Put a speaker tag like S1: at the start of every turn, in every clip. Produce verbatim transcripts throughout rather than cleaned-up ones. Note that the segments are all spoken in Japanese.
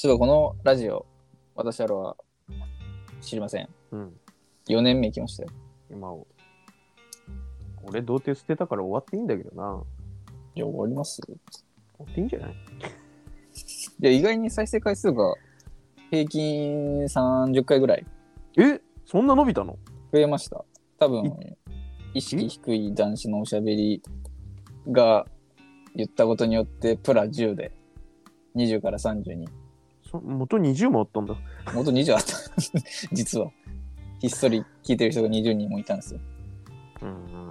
S1: そういえばこのラジオ、私らは知りません。
S2: うん。
S1: よねんめ行きましたよ。
S2: 今を。俺、童貞捨てたから終わっていいんだけどな。
S1: いや、終わります？
S2: 終わっていいんじゃない？
S1: いや、意外に再生回数が平均さんじゅっかいぐらい
S2: え、そんな伸びたの？
S1: 増えました。多分、意識低い男子のおしゃべりが言ったことによって、プラじゅうでにじゅうからさんじゅうに。
S2: そ元にじゅうもあったんだ。
S1: 元にじゅうあった。実は。ひっそり聞いてる人がにじゅうにんもいたんですよ。
S2: うん。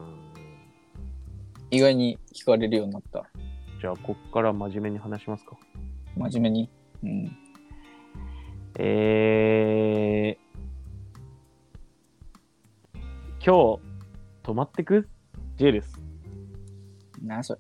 S1: 意外に聞かれるようになった。
S2: じゃあ、こっから真面目に話しますか。
S1: 真面目に。うん。
S2: えー、今日、泊まってく J です。
S1: なあ、それ。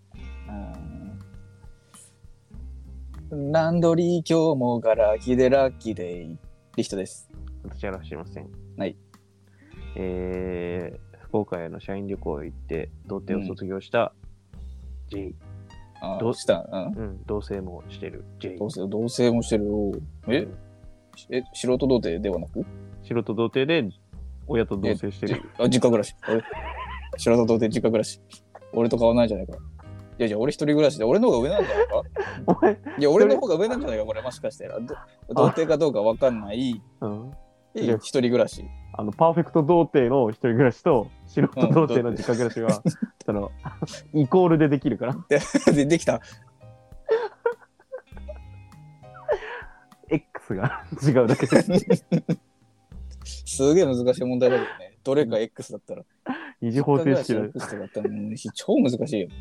S1: ランドリー今日もガラキでラッキーデイリヒトです。
S2: 私は知りません。
S1: はい。
S2: えー、福岡への社員旅行へ行って童貞を卒業した J、
S1: うん、あ
S2: ど
S1: した、うん、
S2: うん、同棲もしてる J。
S1: 同棲同棲もしてる。ええ素人童貞ではなく
S2: 素人童貞で親と同棲してる。
S1: あ、実家暮らし。俺素人童貞実家暮らし。俺と変わらないじゃないか。いやいや、俺一人暮らしで俺の方が上なんじゃないか。
S2: お前
S1: いや、俺の方が上なんじゃないか、これもしかしたら。ど童貞かどうかわかんない。
S2: うん、
S1: 一人暮らし。
S2: あのパーフェクト童貞の一人暮らしと素人童貞の実家暮らしは、うん、そのイコールでできるから
S1: でできた。
S2: X が違うだけで。
S1: すげえ難しい問題だけどね。どれか X だったら。
S2: 二次方程式だ。
S1: X とかだったら超難しいよ。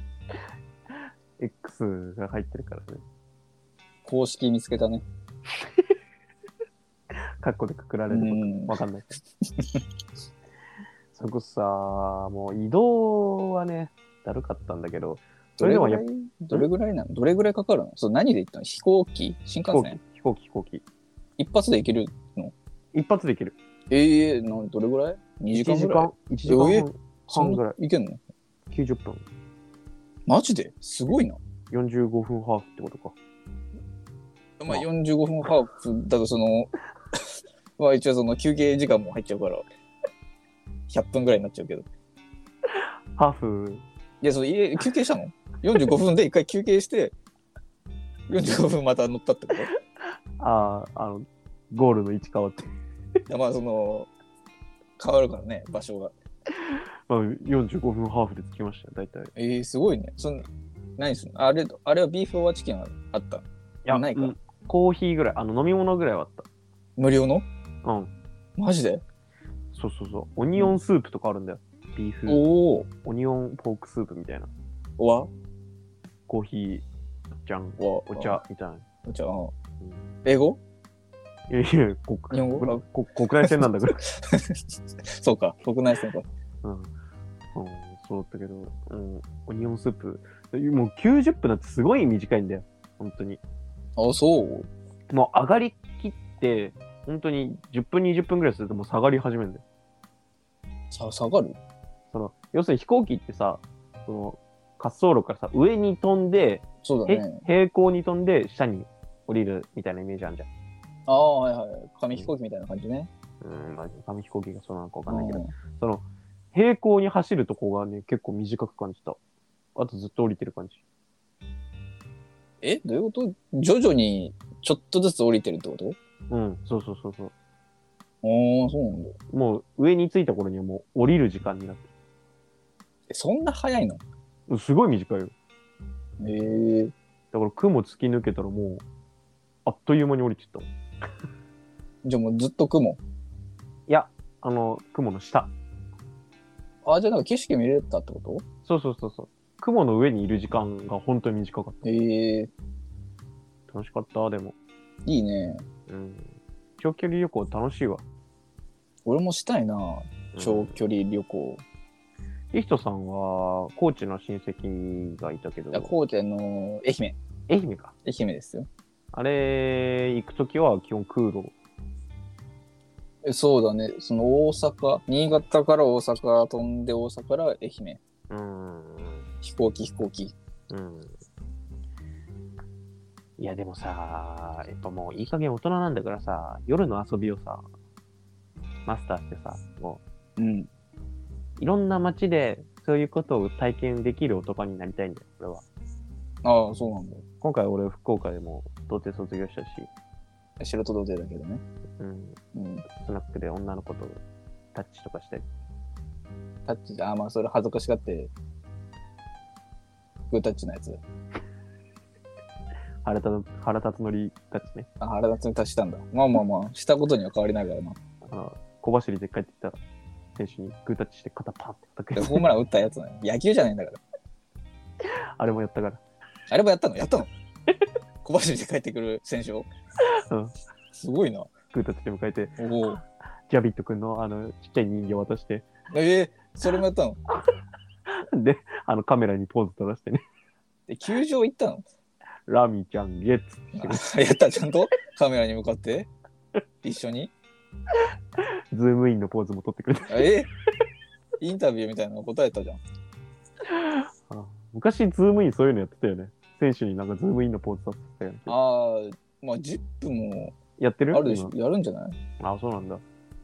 S2: X が入ってるからね。
S1: 公式見つけたね。
S2: カッコでくくられることわかんない。そこさ、もう移動はね、だるかったんだけど、
S1: それでもやっぱどれぐらいなの？どれぐらいかかるの？そう、何で行ったの？飛行機？新幹線？
S2: 飛行機、飛行機。
S1: 一発で行けるの？
S2: 一発で行ける。
S1: ええー、なんどれぐらい？にじかんぐらい？
S2: いちじかん、いちじかんはんぐらい。
S1: 行けんの？
S2: きゅうじゅっぷん。
S1: マジで？すごいな。
S2: よんじゅうごふんハーフってことか。
S1: まあよんじゅうごふんハーフだとその、まあ一応その休憩時間も入っちゃうから、ひゃっぷんぐらいになっちゃうけど。
S2: ハーフ。
S1: いや、それ休憩したの？ よんじゅうご 分で一回休憩して、よんじゅうごふんまた乗ったってこと？
S2: ああ、あの、ゴールの位置変わって。
S1: いや、まあその、変わるからね、場所が。
S2: まあ、よんじゅうごふんハーフで着きましたよ、大体。
S1: えー、すごいね。その何すんの？あれ、あれはビーフオアチキンはあった？いや、ないか、うん。
S2: コーヒーぐらい、あの飲み物ぐらいはあった。
S1: 無料の？
S2: うん。
S1: マジで？
S2: そうそうそう。オニオンスープとかあるんだよ。うん、ビーフ。
S1: おお。
S2: オニオンポークスープみたいな。
S1: おわ？
S2: コーヒー、じゃん、お茶みたいな。
S1: お茶、うん、英語？
S2: いやいや、国日本語国国内線なんだから。
S1: そうか、国内線か。
S2: うん。うん、そうだったけど、うん、オニオンスープ。もうきゅうじゅっぷんなんてすごい短いんだよ。本当に。
S1: あ、そう？
S2: もう上がりきって、本当にじゅっぷん、にじゅっぷんぐらいするともう下がり始めるんだよ。
S1: さ、下がる？
S2: その、要するに飛行機ってさ、その、滑走路からさ、上に飛んで、
S1: そうだね。
S2: 平行に飛んで、下に降りるみたいなイメージあるじゃん。
S1: ああ、はいはい。紙飛行機みたいな感じね。
S2: うん、まあ、紙飛行機がそうなのかわかんないけど、うん、その、平行に走るとこがね、結構短く感じた。あとずっと降りてる感じ。
S1: え、どういうこと？徐々にちょっとずつ降りてるってこと？
S2: うん、そうそうそうそう。
S1: ああ、そうなんだ。
S2: もう上に着いた頃にはもう降りる時間になってる。
S1: え、そんな早いの？
S2: すごい短いよ。
S1: へえー。
S2: だから雲突き抜けたらもう、あっという間に降りてったもん。
S1: じゃあもうずっと雲？
S2: いや、あの、雲の下。
S1: あ、じゃあなんか景色見れたってこと？
S2: そうそうそうそう。雲の上にいる時間が本当に短かった。
S1: へえ
S2: ー。楽しかった、でも。
S1: いいね。
S2: うん。長距離旅行楽しいわ。
S1: 俺もしたいな、長距離旅行。
S2: リヒトさんは、高知の親戚がいたけど。
S1: いや、高知の愛媛。
S2: 愛媛か。
S1: 愛媛ですよ。
S2: あれ、行くときは基本空路。
S1: え、そうだね。その大阪、新潟から大阪飛んで大阪から愛媛。
S2: うん。
S1: 飛行機飛行機。
S2: うん。 いやでもさ、やっぱもういい加減大人なんだからさ、夜の遊びをさ、マスターしてさ、も
S1: うん。
S2: ういろんな街でそういうことを体験できる男になりたいんだよ、俺は。
S1: ああ、そうなんだ。
S2: 今回俺福岡でも童貞卒業したし、
S1: 素人童貞だけどね。
S2: うん、
S1: うん。
S2: スナックで女の子とタッチとかして、
S1: タッチで、ああ、まあそれ恥ずかしがって、グータッチのやつ。
S2: 腹立つ腹立つのりタッチね。
S1: あ、腹立つに達したんだ。まあまあまあ、したことには変わりないからな。
S2: あの小走りで帰ってきた選手にグータッチして肩パンって叩く。
S1: でホームラン打ったやつなの。野球じゃないんだから。
S2: あれもやったから。
S1: あれもやったのやったの小走りで帰ってくる選手を。
S2: うん。
S1: すごいな。
S2: グータッチで迎えて、
S1: おお。
S2: ジャビット君のあのちっちゃい人形渡して、
S1: ええー、それもやったの
S2: で、あのカメラにポーズ取らせてね、
S1: で、球場行ったの
S2: ラミちゃんゲッツ
S1: あやったちゃんとカメラに向かって一緒に
S2: ズームインのポーズも撮ってくれて。
S1: えインタビューみたいなの答えたじゃん。
S2: あ昔ズームインそういうのやってたよね。選手になんかズームインのポーズさせてたよね。
S1: ああ、まあジップも
S2: やってる
S1: あるでしょ。やるんじゃない
S2: あ、そうなんだ。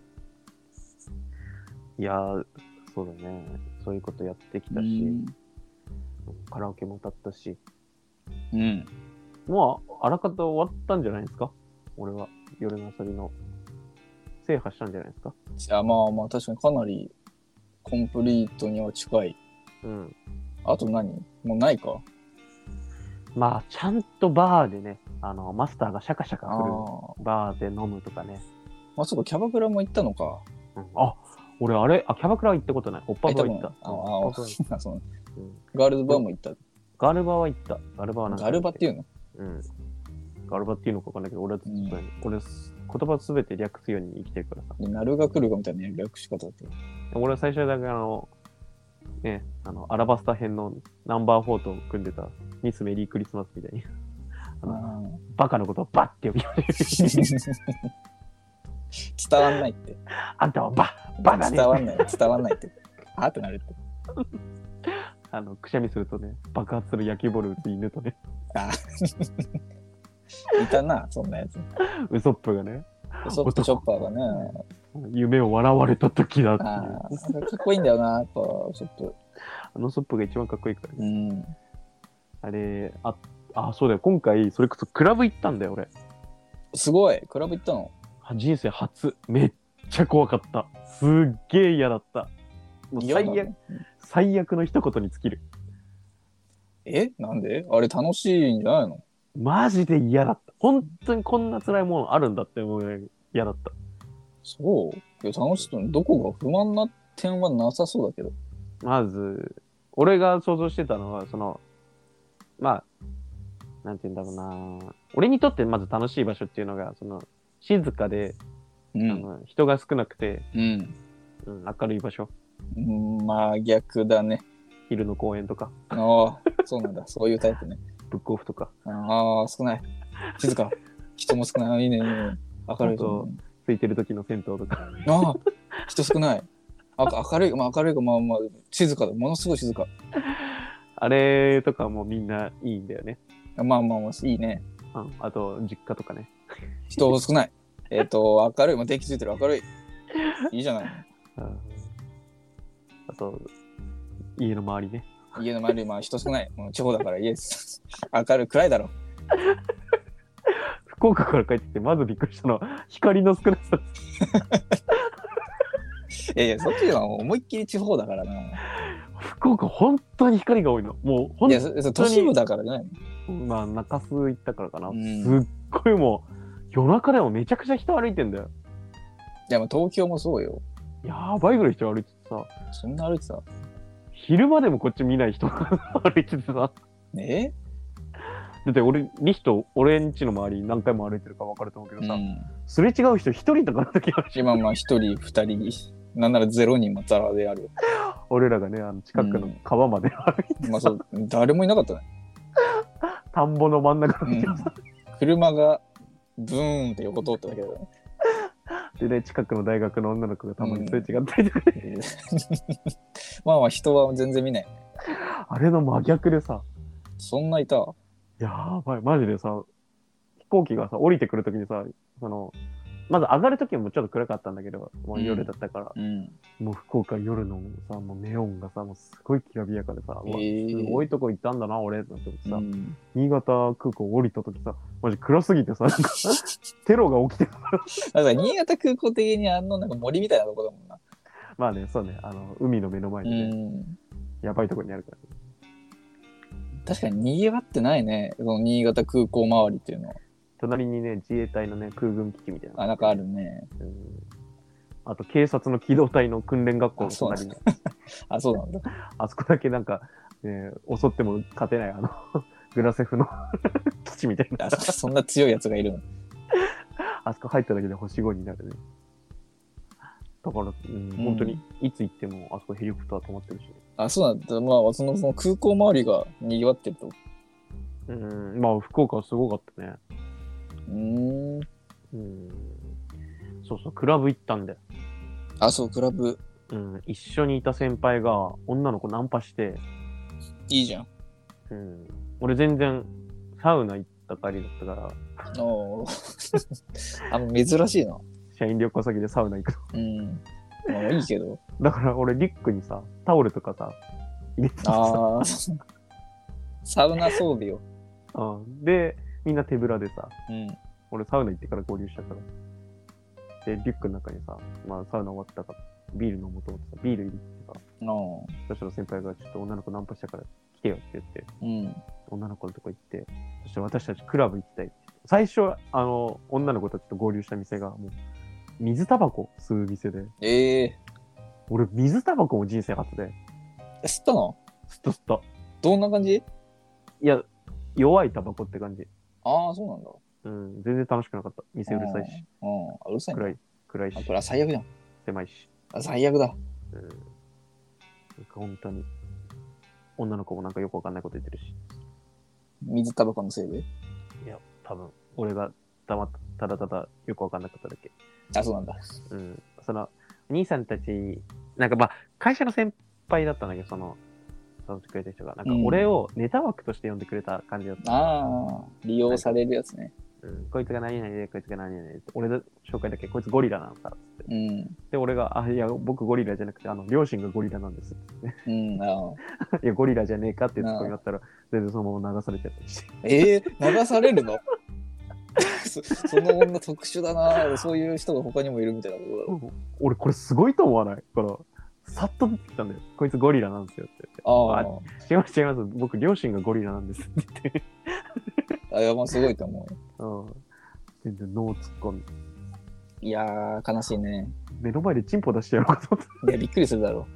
S2: いやー、そうだね。そういうことやってきたし、カラオケも歌ったし、
S1: うん。
S2: もうあらかた終わったんじゃないですか。俺は夜の遊びの制覇したんじゃないですか。
S1: いや、まあまあ確かにかなりコンプリートには近い。
S2: うん。
S1: あと何もうないか。
S2: まあ、ちゃんとバーでね、あの、マスターがシャカシャカ
S1: あ
S2: 振る
S1: あ。
S2: バーで飲むとかね。
S1: まあそうか、キャバクラも行ったのか。
S2: うん、あ、俺あれ、あ、キャバクラは行ったことない。オッパブは行った。
S1: あ、あ、
S2: うん
S1: あ、そう。
S2: うん、
S1: ガールズバーも行った。
S2: ガルバは行った。ガルバはなんか。
S1: ガルバっていうの
S2: うん。ガルバっていうのかわかんないけど、俺はずっと、うん、俺、言葉すべて略すように生きてるからさ。
S1: なるが来るかみたいな略し方だった。
S2: 俺は最初だけあの、ね、あの、アラバスタ編のナンバーフォーと組んでたミスメリークリスマスみたいに。あのバカのことをバッて呼び始める。
S1: 伝わんないって。
S2: あんたはババだね。
S1: 伝わんない。伝わんないって。あってなるって。
S2: あの、くしゃみするとね、爆発する野球ボール打つ犬とね。
S1: あいたな、そんなやつ。
S2: ウソップがね。
S1: ウソップチョッパーがね。
S2: 夢を笑われた時だっていう。
S1: あかっこいいんだよな、やっぱ、ウソップ。
S2: あのウソップが一番かっこいいから
S1: ね。うん。
S2: あれ、あ、あ、そうだよ。今回、それこそクラブ行ったんだよ、俺。
S1: すごい。クラブ行ったの？
S2: 人生初。めっちゃ怖かった。すっげえ嫌だった。もう最悪、最悪の一言に尽きる。
S1: えなんであれ楽しいんじゃないの？
S2: マジで嫌だった。本当にこんな辛いものあるんだって思うぐらい嫌だった。
S1: そういや楽しそう。どこが不満な点はなさそうだけど。
S2: まず、俺が想像してたのは、その、まあ、なんて言うんだろうな。俺にとってまず楽しい場所っていうのが、その、静かで、うん、あの人が少なくて、
S1: うん
S2: うん、明るい場所。
S1: うん、まあ逆だね。
S2: 昼の公園とか。
S1: ああ、そうなんだ。そういうタイプね。
S2: ブックオフとか。
S1: ああ、少ない。静か。人も少ない。いいね、いいね。明るいと。
S2: 空いてる時の銭湯とか。
S1: ああ、人少ない。あ明るい、まあ明るいか、まあまあ、静かだ。ものすごい静か。
S2: あれとかもみんないいんだよね。
S1: まあまあまあ、いいね。
S2: うん、あと、実家とかね。
S1: 人少ない。えっと、明るい。まあ、電気ついてる。明るい。いいじゃない。
S2: うん、あと、家の周りね。
S1: 家の周り、まあ人少ない。もう地方だから家です。明るい、暗いだろ。
S2: 福岡から帰ってきて、まずびっくりしたのは、光の少なさです。
S1: いやいや、そっちは思いっきり地方だからな。
S2: 福岡、本当に光が多いの。もう、本当に。いや、
S1: そ都市部だからじゃない
S2: の？まあ、中洲行ったからかな。うん、すっごいもう、夜中でもめちゃくちゃ人歩いてんだよ。
S1: いや、まあ東京もそうよ。
S2: やばいぐらい人歩いててさ。
S1: そんな歩いてた？
S2: 昼間でもこっち見ない人が歩いててさ。
S1: え？
S2: だって俺、リヒト、俺んちの周り何回も歩いてるか分かると思うけどさ、うん、すれ違う人一人とかの時あるし。
S1: 今まあ一人、二人、なんならゼロ人もザラである。
S2: 俺らがね、あの近くの川まで歩いて、うん、
S1: まあそう、誰もいなかったね。
S2: 田んぼの真ん中の、うん、
S1: 車がブーンって横通っただけだね。
S2: でね、近くの大学の女の子がたまにすれ違ったりとか、ね、うん、
S1: まあまあ人は全然見ない。
S2: あれの真逆でさ。
S1: そんないた？
S2: やばい、マジでさ、 行機がさ、降りてくるときにさ、その、まず上がるときもちょっと暗かったんだけど、もう夜だったから、
S1: うん、
S2: もう福岡夜のさ、もうネオンがさ、もうすごいきらびやかでさ、
S1: えー、
S2: うわすごいとこ行ったんだな、俺、って思ってさ、
S1: うん、
S2: 新潟空港降りたときさ、マジ暗すぎてさ、なんかテロが起きてる。
S1: だから新潟空港的にあのなんか森みたいなとこだもんな。
S2: まあね、そうね、あの、海の目の前でね、
S1: うん、
S2: やばいとこにあるから、ね。
S1: 確かに賑わってないね、その新潟空港周りっていうのは。
S2: 隣にね、自衛隊のね、空軍基地みたいな。
S1: あ、なんかあるね。
S2: うん、あと、警察の機動隊の訓練学校の隣に。
S1: あ、そうなんだ。
S2: あそこだけなんか、ね、襲っても勝てない、あの、グラセフの基地みたいな。
S1: あ、そんな強いやつがいるの。
S2: あそこ入っただけで星ごになるね。だから、うん、本当にいつ行ってもあそこヘリコプター止まってるし、ね。
S1: あ、そうなんだ。まあ、その、その空港周りが賑わってると。
S2: うん、まあ、福岡はすごかったね。
S1: うーん。
S2: うん。そうそう、クラブ行ったんだよ。
S1: あ、そう、クラブ。
S2: うん、一緒にいた先輩が女の子ナンパして、
S1: いいじゃん。
S2: うん。俺全然サウナ行った帰りだったから。
S1: おあんま珍しいな。
S2: 社員旅行先でサウナ行くの。
S1: うん。まあいいけど。
S2: だから俺リュックにさ、タオルとかさ、入れてさ。
S1: ああ。サウナ装備を。
S2: うん。で、みんな手ぶらでさ、
S1: うん。
S2: 俺サウナ行ってから合流したから。で、リュックの中にさ、まあサウナ終わったから、ビール飲もうと思ってさ、ビール入れてさ、
S1: の
S2: そしたら先輩がちょっと女の子ナンパしたから来てよって言って、
S1: うん。
S2: 女の子のとこ行って、そして私たちクラブ行きたいって。最初、あの、女の子たちと合流した店が、もう、水タバコ吸う店で。
S1: ええ
S2: 俺、水タバコも人生初で。
S1: ー。吸ったの？
S2: 吸った吸った。
S1: どんな感じ？
S2: いや、弱いタバコって感じ。
S1: ああ、そうなんだ。
S2: うん、全然楽しくなかった。店うるさいし。
S1: うん。うん。うるさいね。
S2: 暗い、暗いし
S1: あ、。これは最悪じゃん。
S2: 狭いし。
S1: あ、最悪だ。
S2: うん。なんか本当に、女の子もなんかよくわかんないこと言ってるし。
S1: 水タバコのせいで。
S2: いや、多分、俺がたまただただよくわかんなかっただけ。
S1: あ、そうなんだ。
S2: うん。その、兄さんたち、なんかまあ、会社の先輩だったんだけど、その、誘ってくれた人が、なんか俺をネタ枠として呼んでくれた感じだった。
S1: うん、ああ、利用されるやつね。
S2: うん、こいつが何々で、こいつが何々で、俺の紹介だけ、こいつゴリラなんさ、つって。
S1: うん。
S2: で、俺が、あ、いや、僕ゴリラじゃなくて、あの、両親がゴリラなんですって。
S1: うん、あ
S2: いや、ゴリラじゃねえかってツッコミだったら、全然そのまま流されちゃったりして。
S1: えー、流されるのそ, その女特殊だな。そういう人が他にもいるみたいなことだろ。
S2: 俺、これすごいと思わないから、さっと出てきたんだよ。こいつゴリラなんですよって言って。
S1: ああ。
S2: 違います違います。僕、両親がゴリラなんですって言って。
S1: あ、いや、まあすごいと思う
S2: よ。うん。全然ノー突っ込み。
S1: いやー、悲しいね。
S2: 目の前でチンポ出してやろうかと思って。
S1: いや、びっくりするだろ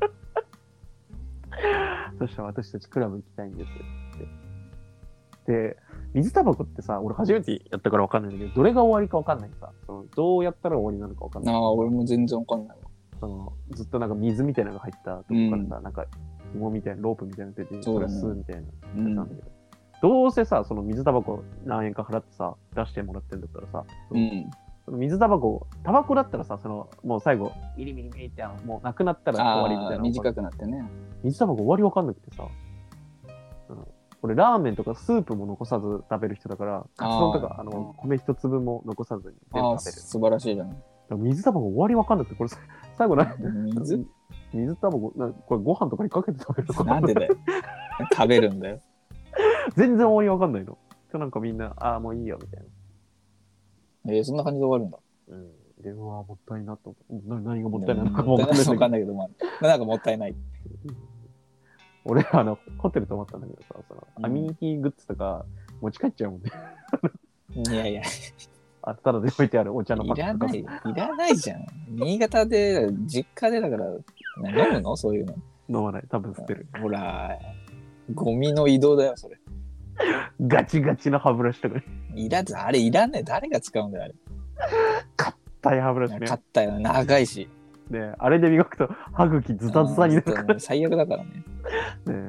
S2: う。そしたら私たちクラブ行きたいんですって。で、水タバコってさ、俺初めてやったから分かんないんだけど、どれが終わりか分かんないさ。そのどうやったら終わりなのか分かんない。
S1: ああ、俺も全然分かんないわ。
S2: そのずっとなんか水みたいなのが入ったとこからさ、うん、なんか紐みたいなロープみたいなの出て、それ吸うみたいなやつなんだけど、うん、どうせさ、その水タバコ何円か払ってさ、出してもらってんだったらさ、うん、その水タバコ、タバコだったらさ、そのもう最後、ミリミリミリってもうなくなったら終わりみたいな。
S1: 短くなってね。
S2: 水タバコ終わりわかんなくてさ、うん、俺ラーメンとかスープも残さず食べる人だから、カツ丼とかあの米一粒も残さずに全部食べる。
S1: 素晴らしいじゃん。
S2: 水タバコ終わりわかんなくて、これ最後な、水水タバコな、これご飯とかにかけて食べるのか
S1: なんでだよ。食べるんだよ。
S2: 全然終わりわかんないの。今日なんかみんな、ああ、もういいよ、みたい
S1: な。えー、そんな感じで終わるんだ。
S2: うん。で、うわもったいなと思って。何がもったいないのかも
S1: わかんないけど、まあ、なんかもったいない。
S2: 俺、あの、ホテル泊まったんだけどさ、その、うん、アミニティグッズとか持ち帰っちゃうもんね。
S1: いやいや。
S2: あったらで置いてあるお茶の
S1: パックいらない、いらないじゃん。新潟で、実家でだから、飲むのそういうの。
S2: 飲まない、多分捨てる。
S1: ほら、ゴミの移動だよ、それ。
S2: ガチガチの歯ブラシとか。
S1: いらず、あれいらない。誰が使うんだよ、あれ。
S2: 硬い歯ブラシね。
S1: 硬いの、長いし。
S2: で、あれで磨くと歯茎ズタズタになるから。
S1: 最悪だからね。
S2: ね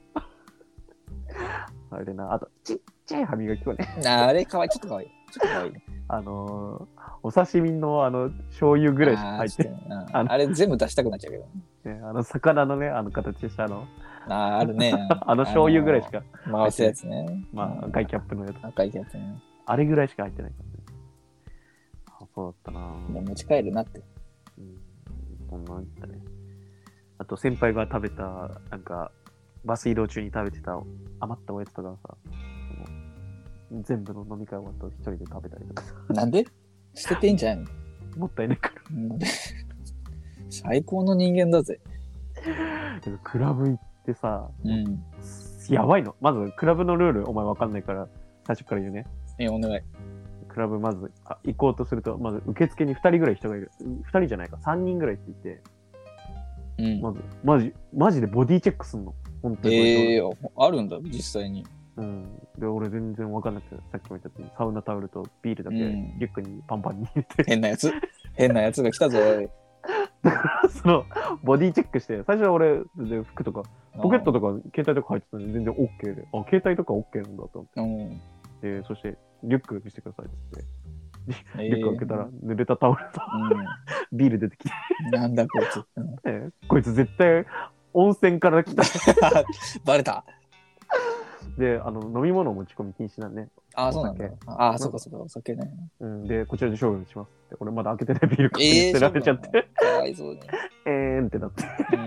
S2: あれな、あと、ちっちゃい歯磨き粉ね。
S1: あれ、かわいい、ちょっとかわいい。ちょっとかわいい。
S2: あのー、お刺身のあの醤油ぐらいしか入ってる。
S1: あ, あれ全部出したくなっちゃうけど
S2: ね。ねあの魚のね、あの形したの。
S1: ああるね。
S2: あの醤油ぐらいしか。
S1: 回すやつね。
S2: まあ、赤いキャップのやつ。
S1: 赤いキャップね。
S2: あれぐらいしか入ってないからね。あ、そうだったな。
S1: いや持ち帰るなって。
S2: うん。そんなんだね。あと先輩が食べた、なんか、バス移動中に食べてた余ったおやつとかさ、その全部の飲み会終わったら一人で食べたりとかさ。
S1: なんで捨てていいんじゃないの？
S2: もったいないから。
S1: 最高の人間だぜ。
S2: クラブ行ってさ、
S1: うん、
S2: やばいの。まず、クラブのルール、お前わかんないから、最初から言うね。
S1: え、お願い。
S2: クラブ、まず、あ行こうとすると、まず、受付にふたりぐらい人がいる。ふたりじゃないか、さんにんぐらいっていて、
S1: うん、
S2: まず、マジ、マジでボディチェックすんの。本当に。
S1: えー、あるんだ、実際に。
S2: うん。で、俺全然わかんなくて、さっきも言ったように、サウナタオルとビールだけ、
S1: うん、
S2: リュックにパンパンに入れて。
S1: 変なやつ変なやつが来たぞ、おい。
S2: その、ボディチェックして、最初は俺、で服とか、ポケットとか携帯とか入ってたんで全然 OK で、あ、携帯とか OK なんだと思って。うん、で、そして、リュック見せてくださいって言って、リュック開けたら、濡れたタオルと、うん、ビール出てきて。
S1: なんだこいつ。
S2: うんえー、こいつ絶対、温泉から来た。
S1: バレた。
S2: で、あの、飲み物持ち込み禁止なんね。
S1: ああ、そうなんだ。ああ、そうかそうか、お酒ね。
S2: うん、で、こちらで勝負しますって。俺まだ開けてないビール買って捨てられちゃって。
S1: かわいそうに。
S2: えーんってなって。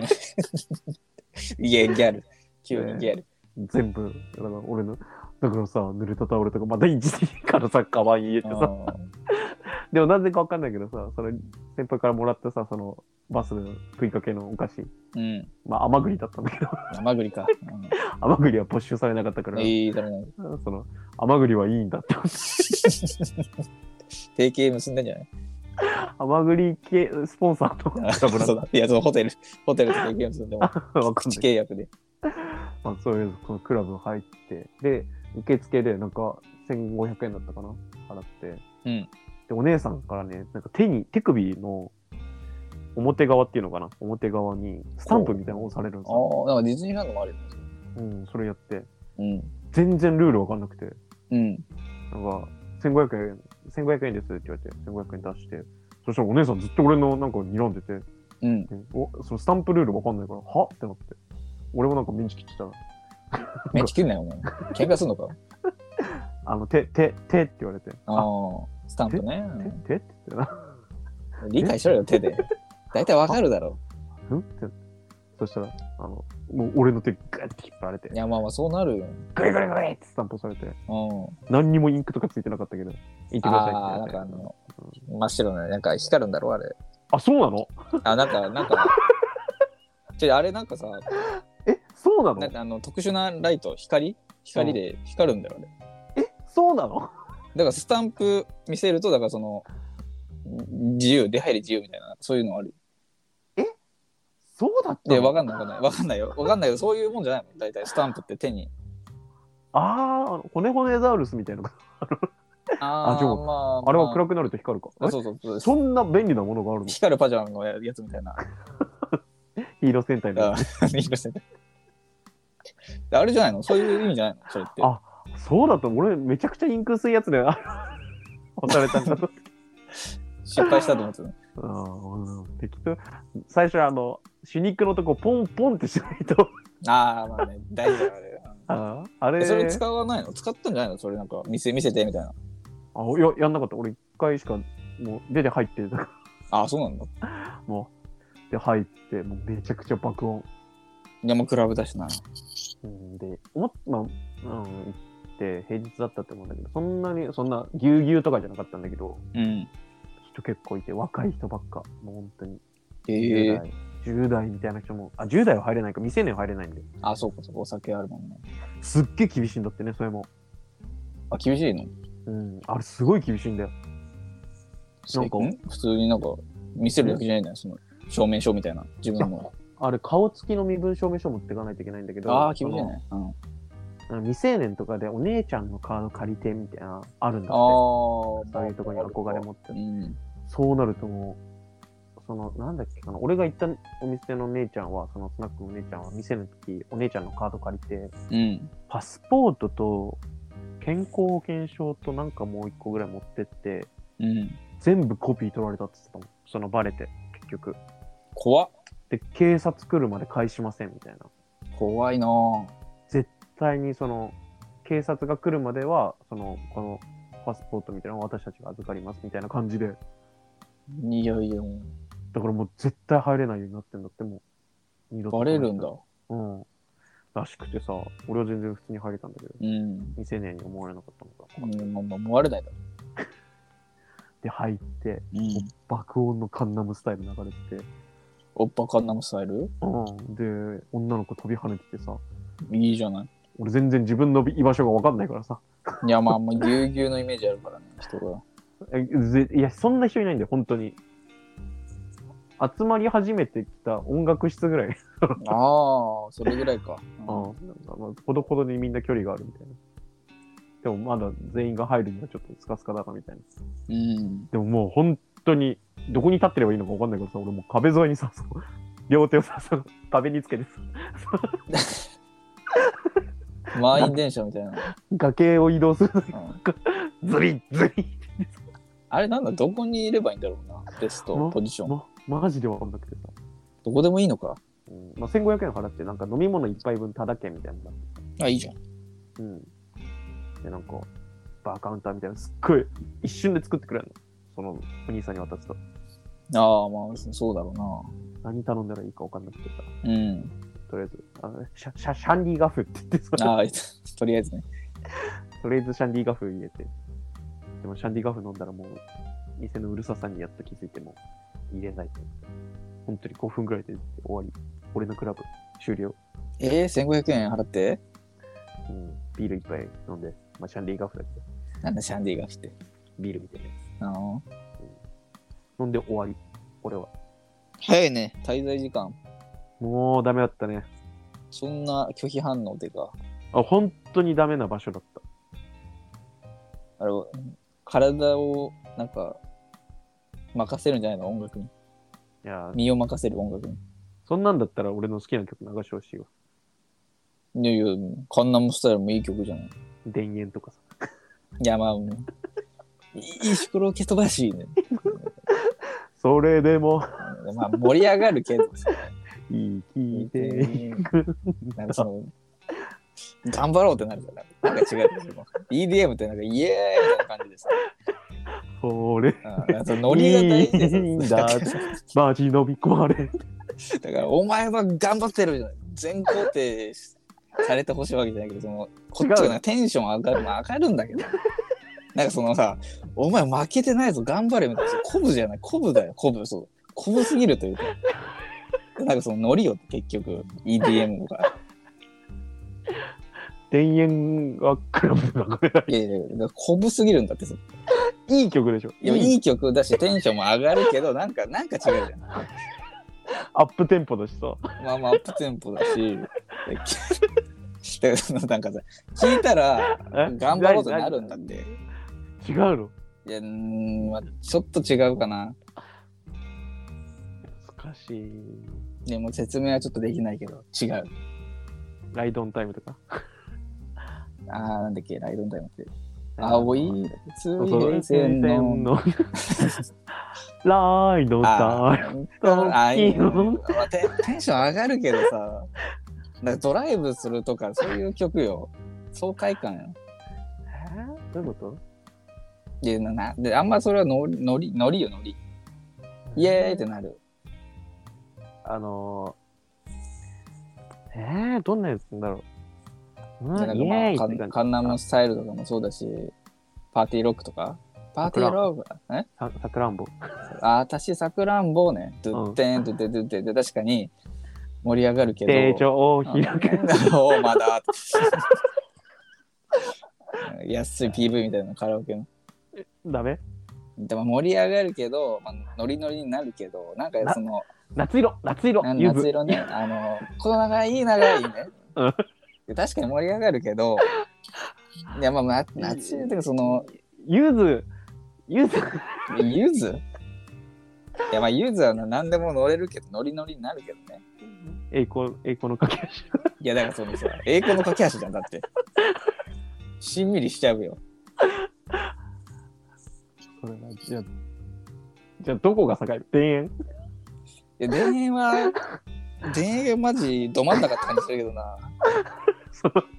S1: いや、ギャル。急にギャル。
S2: 全部、だから俺の、だからさ、濡れたタオルとかまた一時からさ、カバン入れてさ。でもなぜかわかんないけどさ、それ先輩からもらったさ、そのバスの食いかけのお菓子。うん。まあ甘栗だったんだけど。
S1: 甘栗か。
S2: うん、甘栗は没収されなかったから。
S1: ええー、だめな。
S2: その甘栗はいいんだって。
S1: 提携結んでんじゃない？
S2: 甘栗系スポンサーとクラブなんだ。
S1: いや、そのホテル、ホテルと提携結んでも、口契約で。
S2: まあ、そういうそのクラブ入って、で、受付でなんかせんごひゃくえんだったかな払って。うん。で、お姉さんからね、なんか手に、手首の表側っていうのかな、表側にスタンプみたいなの押されるんですよ。
S1: ああ、なんかディズニーランドもあるんですよ。
S2: うん、それやって。うん。全然ルールわかんなくて。うん。なんか、せんごひゃくえん、せんごひゃくえんですって言われて、せんごひゃくえん出して、そしたらお姉さんずっと俺のなんか睨んでて、うん。お、そのスタンプルールわかんないから、はってなって。俺もなんかメンチ切ってたら。
S1: メンチ切んなよ、お前。喧嘩すんのか
S2: あの、手、手、手って言われて。
S1: ああ、スタンプね。
S2: 手って言ってな。
S1: 理解しろよ、手で。大体わかるだろ。
S2: うんって。そしたら、あの、もう俺の手ガッて引っ張られて。
S1: いや、まあまあ、そうなるよ。
S2: グリグリグリってスタンプされて。うん。何にもインクとかついてなかったけど、言ってくださいって。ああ、なんかあの、
S1: うん、真っ白な、なんか光るんだろ、あれ。
S2: あ、そうなの？
S1: あ、なんか、なんか、ちょ、あれなんかさ、
S2: え、そうなの？
S1: なんかあの、特殊なライト、光光で光るんだよ、あ
S2: れ。え、そうなの？だ
S1: からスタンプ見せると、だからその、自由、出入り自由みたいな、そういうのある。
S2: え、そうだった
S1: の？で、わかんないわかんない。わかんないよ。わかんないよ。そういうもんじゃないの？大体スタンプって手に。
S2: ああ、骨骨ザウルスみたいなのがああ、じゃあ、まあ、あれは暗くなると光るか。あ、そうそうそう。そんな便利なものがあるの？
S1: 光るパジャマのやつみたいな。
S2: ヒーロー戦隊の。ヒーロー
S1: 戦隊。あれじゃないの？そういう意味じゃないの？それって。
S2: あ、そうだと、俺めちゃくちゃインク薄いやつで押されたんだと。
S1: 失敗したと思ってた。
S2: ああ、適当。最初あの手肉のとこポンポンってしないと。
S1: ああ、まあね、大事だあれ。
S2: ああれ。
S1: それ使わないの？使ったんじゃないの？それなんか見せ見せてみたいな。
S2: あ、いや、やんなかった。俺一回しかもう出て入ってる。
S1: ああ、そうなんだ。
S2: もうで入ってもうめちゃくちゃ爆音。
S1: いやもうクラブだしな。
S2: うんで、思っまあ、うん、行って平日だったって思うんだけど、そんなにそんなぎゅうぎゅうとかじゃなかったんだけど、うん、人結構いて若い人ばっか、もう本当に。えー、じゅう代、じゅう代みたいな人も、あ、じゅう代は入れないか、未成年は入れないんで。
S1: あ、そうかそうか、お酒あるもんね。
S2: すっげえ厳しいんだってね、それも。
S1: あ、厳しいの？
S2: うん、あれすごい厳しいんだよ。
S1: なんか普通になんか見せるだけじゃないんだよ、その証明書みたいな自分の。
S2: あれ顔つきの身分証明書持っていかないといけないんだけど。
S1: ああ、厳しいね。
S2: うん。未成年とかでお姉ちゃんのカード借りてみたいなあるんだって。ああ。そういうところに憧れ持ってる。うん、そうなるともう、そのなんだっけかな、俺が行ったお店の姉ちゃんは、そのスナックの姉ちゃんは店の時お姉ちゃんのカード借りて、うん、パスポートと健康保険証となんかもう一個ぐらい持ってって、うん、全部コピー取られたって言ってたもん。そのバレて結局。
S1: 怖っ。
S2: で、警察来るまで返しませんみたいな。
S1: 怖いなぁ。
S2: 絶対にその警察が来るまではそのこのパスポートみたいなのを私たちが預かりますみたいな感じで。
S1: いやいや、も
S2: だからもう絶対入れないようになってんだって、もう。二度
S1: う
S2: と
S1: バレるんだ。
S2: うん。らしくてさ、俺は全然普通に入れたんだけど、
S1: うん。
S2: 未成年に思われなかったのか。
S1: うん、まあまあ、思われないだろ。
S2: で、入って、
S1: うん。
S2: 爆音のカンナムスタイル流れてて、
S1: おっぱカンナムスタイル
S2: うん。で、女の子飛び跳ねててさ、
S1: いいじゃない。
S2: 俺全然自分の居場所が分かんないからさ。
S1: いや、まあ、もうぎゅうぎゅうのイメージあるからね、人が。
S2: えぜいや、そんな人いないんだよ、本当に。集まり始めてきた音楽室ぐらい。
S1: ああ、それぐらいか。
S2: うん。なんかまあほどほどにみんな距離があるみたいな。でもまだ全員が入るにはちょっとスカスカだなみたいな。
S1: うん。
S2: でももう本当に、どこに立ってればいいのか分かんないからさ、俺もう壁沿いにさ、その両手をさ、その壁につけてさ、
S1: 満員電車みたいな。
S2: 崖を移動するのに
S1: うん、
S2: ズリッズリッ
S1: あれなんだ、どこにいればいいんだろうな、ベストポジション。
S2: ま、マジで分かんなくてさ。
S1: どこでもいいのか。
S2: うんまあ、せんごひゃくえん払ってなんか飲み物一杯分タダ券みたいなのが
S1: あ、いいじゃん。
S2: うん。で、なんか、バーカウンターみたいなのすっごい一瞬で作ってくれるの。そのお兄さんに渡すと。
S1: ああ、まあ、そうだろう
S2: 何頼んだらいいか分かんなくてさ。
S1: な。うん。
S2: とりあえず、あのシャシャシャンディガフって言ってさ。
S1: ああ、とりあえずね。
S2: とりあえずシャンディガフ入れて。でもシャンディガフ飲んだらもう、店のうるささにやっと気づいても入れないと。本当にごふんぐらいで終わり。俺のクラブ終了。
S1: えー、せんごひゃくえん払って、
S2: うん、ビール一杯飲んで、まあ、シャンディガフだけど。
S1: なんだシャンディガフって。
S2: ビールみたいなやつ。
S1: あの
S2: 飲んで終わり。俺は。
S1: 早いね、滞在時間。
S2: もうダメだったね。
S1: そんな拒否反応でか。
S2: あ、本当にダメな場所だった。
S1: あれ、体をなんか任せるんじゃないの、音楽に。
S2: いや、
S1: 身を任せる音楽に。
S2: そんなんだったら俺の好きな曲流してほしいわ。
S1: いやいや、カンナムスタイルもいい曲じゃない。
S2: 田園とかさ。
S1: いや、まあ、いいシクロケ飛ばしいね。
S2: それでも、
S1: まあ、盛り上がるけどさ。
S2: 生きていく。
S1: なんかその、頑張ろうってなるから。なんか違う。イーディーエム ってなんかイエーイみたいな感じでさ。
S2: それ。
S1: あそのノリが大事です
S2: いいんだ。マジ飲み込まれ。
S1: だから、お前は頑張ってるじゃない。全肯定されてほしいわけじゃないけど、その、こっちがテンション上がる、まあ、上がるんだけど。なんかそのさ、お前負けてないぞ、頑張れみたいな。鼓舞じゃない、鼓舞だよ、鼓舞。そう。鼓舞すぎるというか。なんかそのノリよ、結局、イーディーエム とか。
S2: 田園がクラブで流れない。
S1: いやいや、鼓舞すぎるんだってさ。
S2: いい曲でしょ。
S1: いや、いい曲だし、テンションも上がるけど、なんか、なんか違うじゃん。
S2: アップテンポだしさ。
S1: まあまあ、アップテンポだし。だからなんかさ、聞いたら、頑張ろうとなるんだって。
S2: 違うの？
S1: いや、うーん、まあ、ちょっと違うかな。
S2: 難しい。
S1: でも説明はちょっとできないけど、違う。
S2: ライドオンタイムとか。
S1: あー、なんだっけ、ライドオンタイムって。青い水
S2: 平
S1: 線の
S2: ライドタイム
S1: あー、まあ、テ, テンション上がるけどさ、なんかドライブするとかそういう曲よ。爽快感よ。
S2: えー、どういうこと？
S1: でななであんまそれはノリノリノリよノリ。イエーイってなる。
S2: あのー、えー、どんなやつなんだろう。うん、
S1: なんかまあ、カ, カンナムスタイルとかもそうだし、パーティーロックとか。パーティーロックえ
S2: ささくらんぼ。
S1: あ、私さくらんぼね。ドゥッテンドゥッテンドゥッテンで確かに盛り上がるけど。
S2: 成長を開く。
S1: おお、まだ。安い ピーブイ みたいなカラオケの。
S2: ダメ？
S1: でも盛り上がるけど、まあ、ノリノリになるけど、なんかその。
S2: 夏色、夏色。
S1: 夏色ね。あの、この長い、長いね。確かに盛り上がるけど、いやまあ、まあ、夏ってかその、
S2: ゆず、ゆず
S1: ゆずいやまあゆずは何でも乗れるけど、ノリノリになるけどね。
S2: 栄光、栄光の架け橋。
S1: いやだからそのさ、栄光の架け橋じゃん、だって。しんみりしちゃうよ。
S2: それはじゃあ、じゃあどこが境る？田園？
S1: いや、田園は、田園マジど真ん中って感じするけどな。
S2: その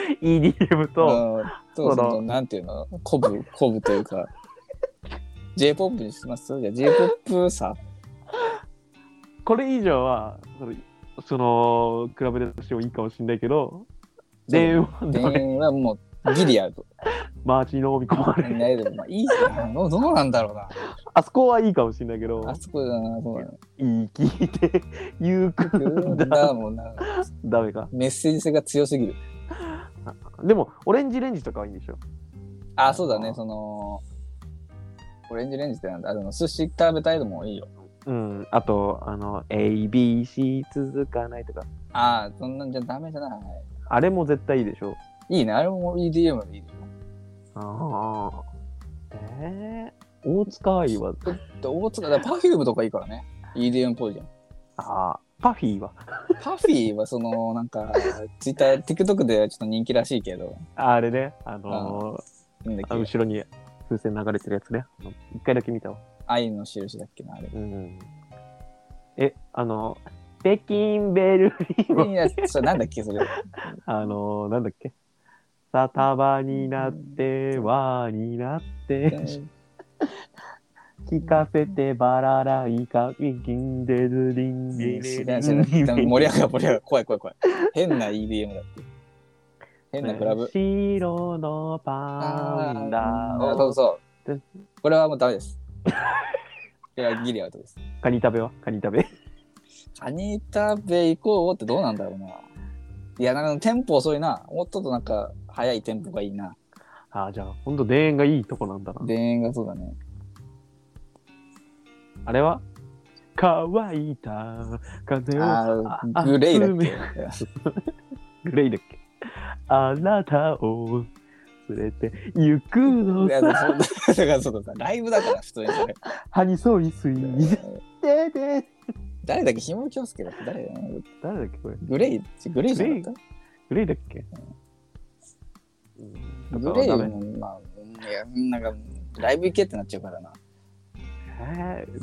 S2: イーディーエム と、
S1: うんとそのなんていうのコブコブというか J-ポップ にしますじゃあ J-ポップ さ
S2: これ以上はそのそのクラブでしてもいいかもしれないけど、電話
S1: 電話もうギリアウト。
S2: 街のみ込まれ。
S1: ね、でもまあいいじゃん。どうどうなんだろうな。
S2: あそこはいいかもしれないけど、
S1: あそこだな、そうだな。
S2: 言い聞いて言うくんだ。
S1: だもんな。
S2: ダメか。
S1: メッセージ性が強すぎる。
S2: でも、オレンジレンジとかはいいんでしょ。
S1: あ、そうだね、その、オレンジレンジってなんだ、あの寿司食べたいのもいいよ。
S2: うん、あと、あの、エービーシー 続かないとか。
S1: ああ、そんなんじゃダメじゃない。
S2: あれも絶対いいでしょ。
S1: いいね、あれも イーディーエム でいいでしょ。
S2: ああ。えー、大塚愛は。
S1: 大塚、だパフュームとかいいからね。イーディーエム っぽいじゃん。
S2: ああ、パフィーは。
S1: パフィーはその、なんか、ツイッター、TikTok ではちょっと人気らしいけど。
S2: あれね、あのー、
S1: なんだっけ、
S2: 後ろに風船流れてるやつね。一回だけ見たわ。
S1: 愛の印だっけな、あれ。
S2: うん。え、あの、北京ベルリン
S1: いや、それなんだっけ、それ。
S2: あの、なんだっけ。さ束になって、輪になって、聞かせてバラライカ、キンデズリンリリリン。
S1: 盛り上がる、盛り上がる。怖い怖い怖い。変な イーディーエム だって。変なクラブ。
S2: 白のパンダ
S1: を。そうそう。これはもうダメです。これはギリアウトです。
S2: カニ食べはカニ食べ。
S1: カニ食べ行こうってどうなんだろうな。いや、なんかテンポ遅いな。もうちょっとなんか早いテンポがいいな。
S2: ああ、じゃあ、ほんと田園がいいとこなんだな。
S1: 田園がそうだね。
S2: あれは乾いた風を。
S1: ああ、グレイだっけ
S2: グレイだっけあなたを連れて行くのさ。
S1: いや、そんな、だからそうだ、ライブだから、普通にそれ。
S2: ハニソイスイでで
S1: 誰だっけひもりきょうすけだっけ誰だ
S2: 誰だっけこれ
S1: グレイグレイじゃなかった
S2: グレイだっけ、
S1: うん、グレイも、まあ、いや、なんか、ライブ行けってなっちゃうからな。
S2: えー、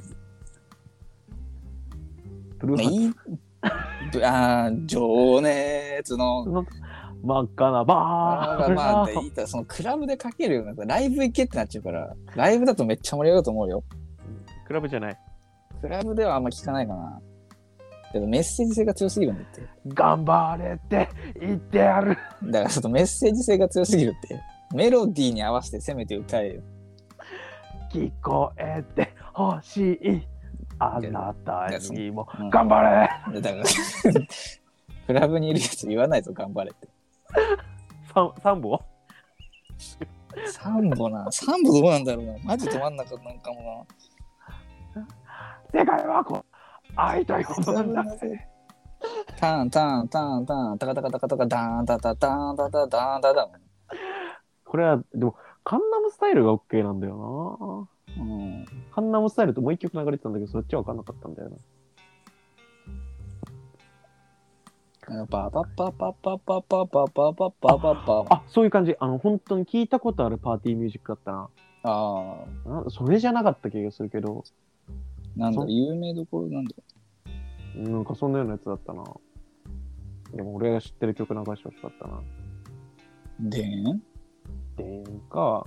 S2: ブルーハ
S1: ーツ。あー、情熱の。
S2: 真っ赤なバー
S1: あまあ、いいたそのクラブでかけるような、ライブ行けってなっちゃうから、ライブだとめっちゃ盛り上がると思うよ。
S2: クラブじゃない。
S1: クラブではあんま聞かないかな。けどメッセージ性が強すぎるんだって。
S2: 頑張れって言ってやる。
S1: だからちょっとメッセージ性が強すぎるって。メロディーに合わせてせめて歌えよ。
S2: 聞こえてほしい。あなたにも頑張れ。
S1: だからクラブにいるやつ言わないぞ、頑張れって。
S2: サンボ
S1: サンボな。サンボどうなんだろうな。マジ止まんなかったんかもな。
S2: 世界はこう愛ということなんだ。
S1: タンタンタンタンタカタカタカタカダンタタタンタタタンタタン。
S2: これはでもカンナムスタイルが OK なんだよな。うん。カンナムスタイルともう一曲流れてたんだけどそっちは分かんなかったんだよな。
S1: パパパパパパパパパパパパパ。
S2: あ、そういう感じ。あの本当に聞いたことあるパーティーミュージックだったな。ああ。それじゃなかった気がするけど。
S1: なんだ有名どころなんだ。
S2: なんかそんなようなやつだったな。でも俺が知ってる曲流してほしかったな。
S1: でん
S2: でんか。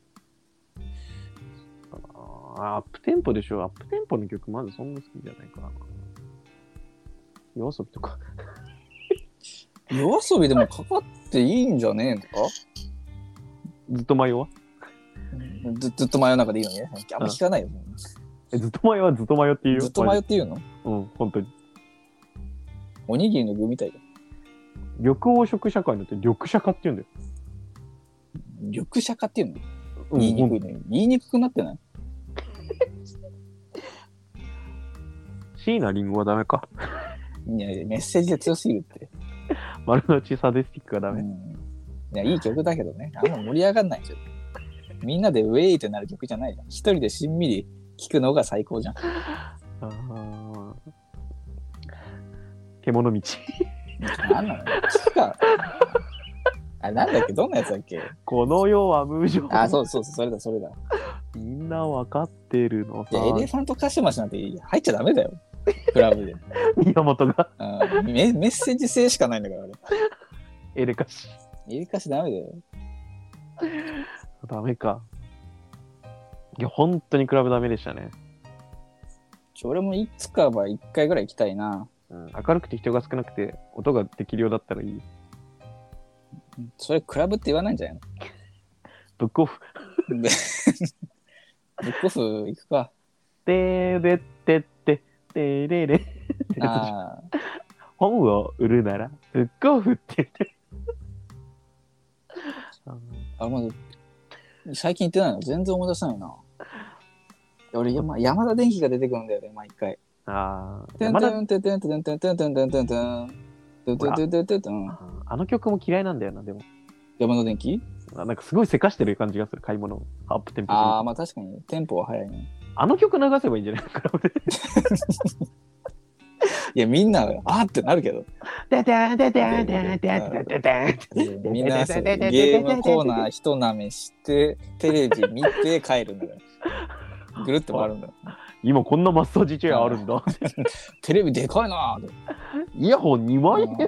S2: あ、アップテンポでしょ。アップテンポの曲まずそんな好きじゃないからな。夜遊びとか。
S1: 夜遊びでもかかっていいんじゃねえのか。
S2: ずっと迷わ
S1: ずずっと真夜中でいいのね。あんま聞かないよ。
S2: え、ずっと迷わずっと迷って言うよ。
S1: ずっと迷って言うの？
S2: うん、本当に。
S1: おにぎりの具みたいだ。
S2: 緑黄色社会によって緑社化って言うんだよ。
S1: 緑社化って言うの？
S2: うん、
S1: 言いにくいね。言いにくくなってない？
S2: 椎名林檎はダメか。
S1: いや、メッセージが強すぎるって。
S2: 丸の内サディスティックがダメ。うん、
S1: いや、いい曲だけどね。あんま盛り上がんないじゃん。みんなでウェイってなる曲じゃないじゃん。一人でしんみり聴くのが最高じゃん。あ
S2: あ。獣道。
S1: なんなの？あれなんだっけ？どんなやつだっけ？
S2: この世は無情。
S1: あ、そうそうそう、それだ、それだ。
S2: みんなわかってるのさ。
S1: いや、エレファントカシマシなんて入っちゃダメだよ。クラブで。
S2: 宮本が
S1: メ。メッセージ性しかないんだから、あれ。
S2: エレカシ。
S1: 入れ替しダメだよ。
S2: ダメか。いや、本当にクラブダメでしたね。
S1: ちょ俺もいつかは一回ぐらい行きたいな。
S2: うん、明るくて人が少なくて音が適量だったらいい。
S1: それクラブって言わないんじゃないの？
S2: ブックオフ。
S1: でブックオフ行くか。
S2: でーでってってでーでーでー。
S1: ああ。
S2: 本を売るならブックオフって言って。
S1: あ、まだ最近行ってないの？全然思い出せないな。俺山山田電機が出てくるんだよね、毎回。
S2: ああ。
S1: てんてんてんてんてんてんてんてんてんてんてんてんてんてんてんてんてん。
S2: あの曲も嫌いなんだよな、でも。
S1: 山田電機？
S2: なんかすごいせかしてる感じがする、買い物アップテンポ。
S1: ああ、まあ確かにテンポは速いね。
S2: あの曲流せばいいんじゃないかな。
S1: いやみんなあーってなるけど。
S2: ででででででで
S1: みんなゲームコーナー一なめしてテレビ見て帰るんだから。ぐるっと回るんだよ。
S2: 今こんなマッサージチェアあるんだ。
S1: テレビでかいなー。
S2: イヤホンにまんえん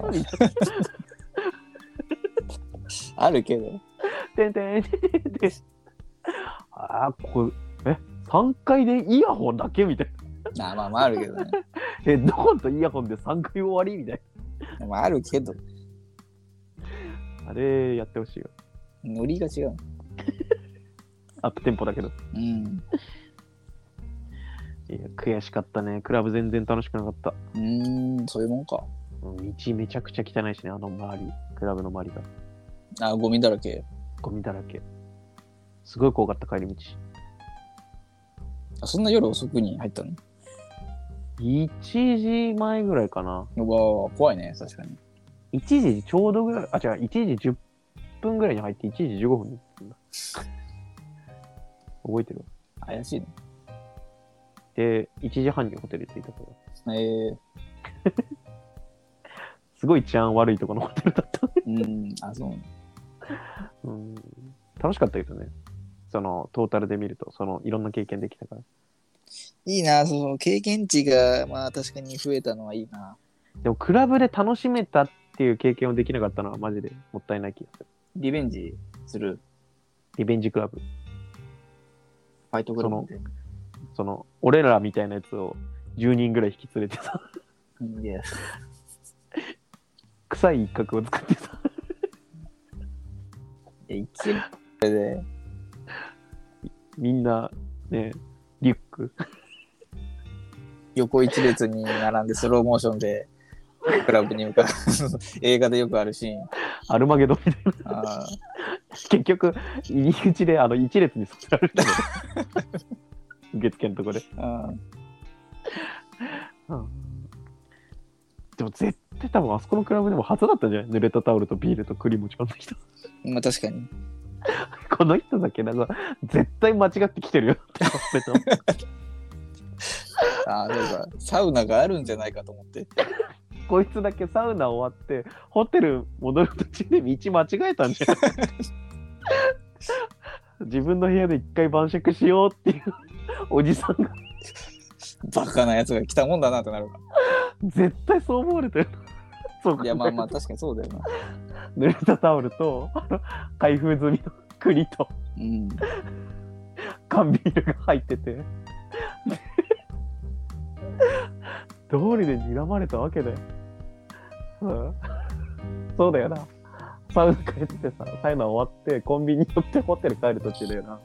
S1: あるけど。
S2: てんてんてんてん。あーこれえさんかいでイヤホンだけみたい
S1: な。あまあまああるけどね。
S2: えどことイヤホンでさんかい終わりみたい
S1: な。まああるけど。
S2: あれやってほしいよ。
S1: ノリが違う。
S2: アップテンポだけど。
S1: うん。
S2: いや悔しかったね。クラブ全然楽しくなかった。
S1: うーん、そういうもんか。
S2: 道めちゃくちゃ汚いしね、あの周り、クラブの周りが。
S1: あ、ゴミだらけ。
S2: ゴミだらけ。すごい怖かった、帰り道。
S1: あ、そんな夜遅くに入ったの？
S2: いちじまえぐらいかな。
S1: うわ怖いね、確かに。
S2: いちじちょうどぐらい、あ、違う、いちじじゅっぷんぐらいに入っていちじじゅうごふんに行ったんだ。覚えてる？
S1: 怪しいね。
S2: で、いちじはんにホテル着いたから。
S1: えー、
S2: すごい治安悪いところのホテルだった。
S1: うん、あ、そうね。
S2: うん。楽しかったけどね。その、トータルで見ると、その、いろんな経験できたから。
S1: いいな、その経験値が、まあ確かに増えたのはいいな。
S2: でも、クラブで楽しめたっていう経験をできなかったのはマジでもったいない気がする。
S1: リベンジする。
S2: リベンジクラブ。
S1: ファイトクラブで。
S2: その、俺らみたいなやつをじゅうにんぐらい引き連れてさ。
S1: いや。
S2: 臭い一角を作ってさ。
S1: いや、一応で。
S2: みんな、ね、リュック。
S1: 横一列に並んでスローモーションでクラブに向かう映画でよくあるシーン。
S2: アルマゲドンみたいな。
S1: あ
S2: 結局、入り口であの一列にさせられる。受付のとこで。
S1: あ
S2: うん、でも絶対多分あそこのクラブでも初だったんじゃない？濡れたタオルとビールと栗持ち込んだ人。
S1: まあ確かに。
S2: この人だけなんか絶対間違ってきてるよって思ってた。
S1: ああ、そうか。サウナがあるんじゃないかと思って。
S2: こいつだけサウナ終わってホテル戻る途中で道間違えたんじゃない？自分の部屋で一回晩酌しようっていうおじさんが
S1: バカなやつが来たもんだなってなるか。
S2: 絶対そう思われたよ。そうか。
S1: いやまあまあ確かにそうだよな。
S2: 濡れたタオルと開封済みの栗と、
S1: うん、
S2: 缶ビールが入ってて通りで睨まれたわけだよ、うん、そうだよな。サウナ帰ってさ、サウナ終わってコンビニ寄ってホテル帰る途中だよな。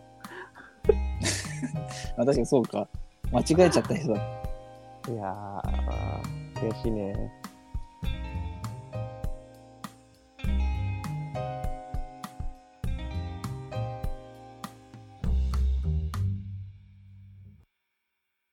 S1: 確かにそうか。間違えちゃった人だ。
S2: いやー悔しいね。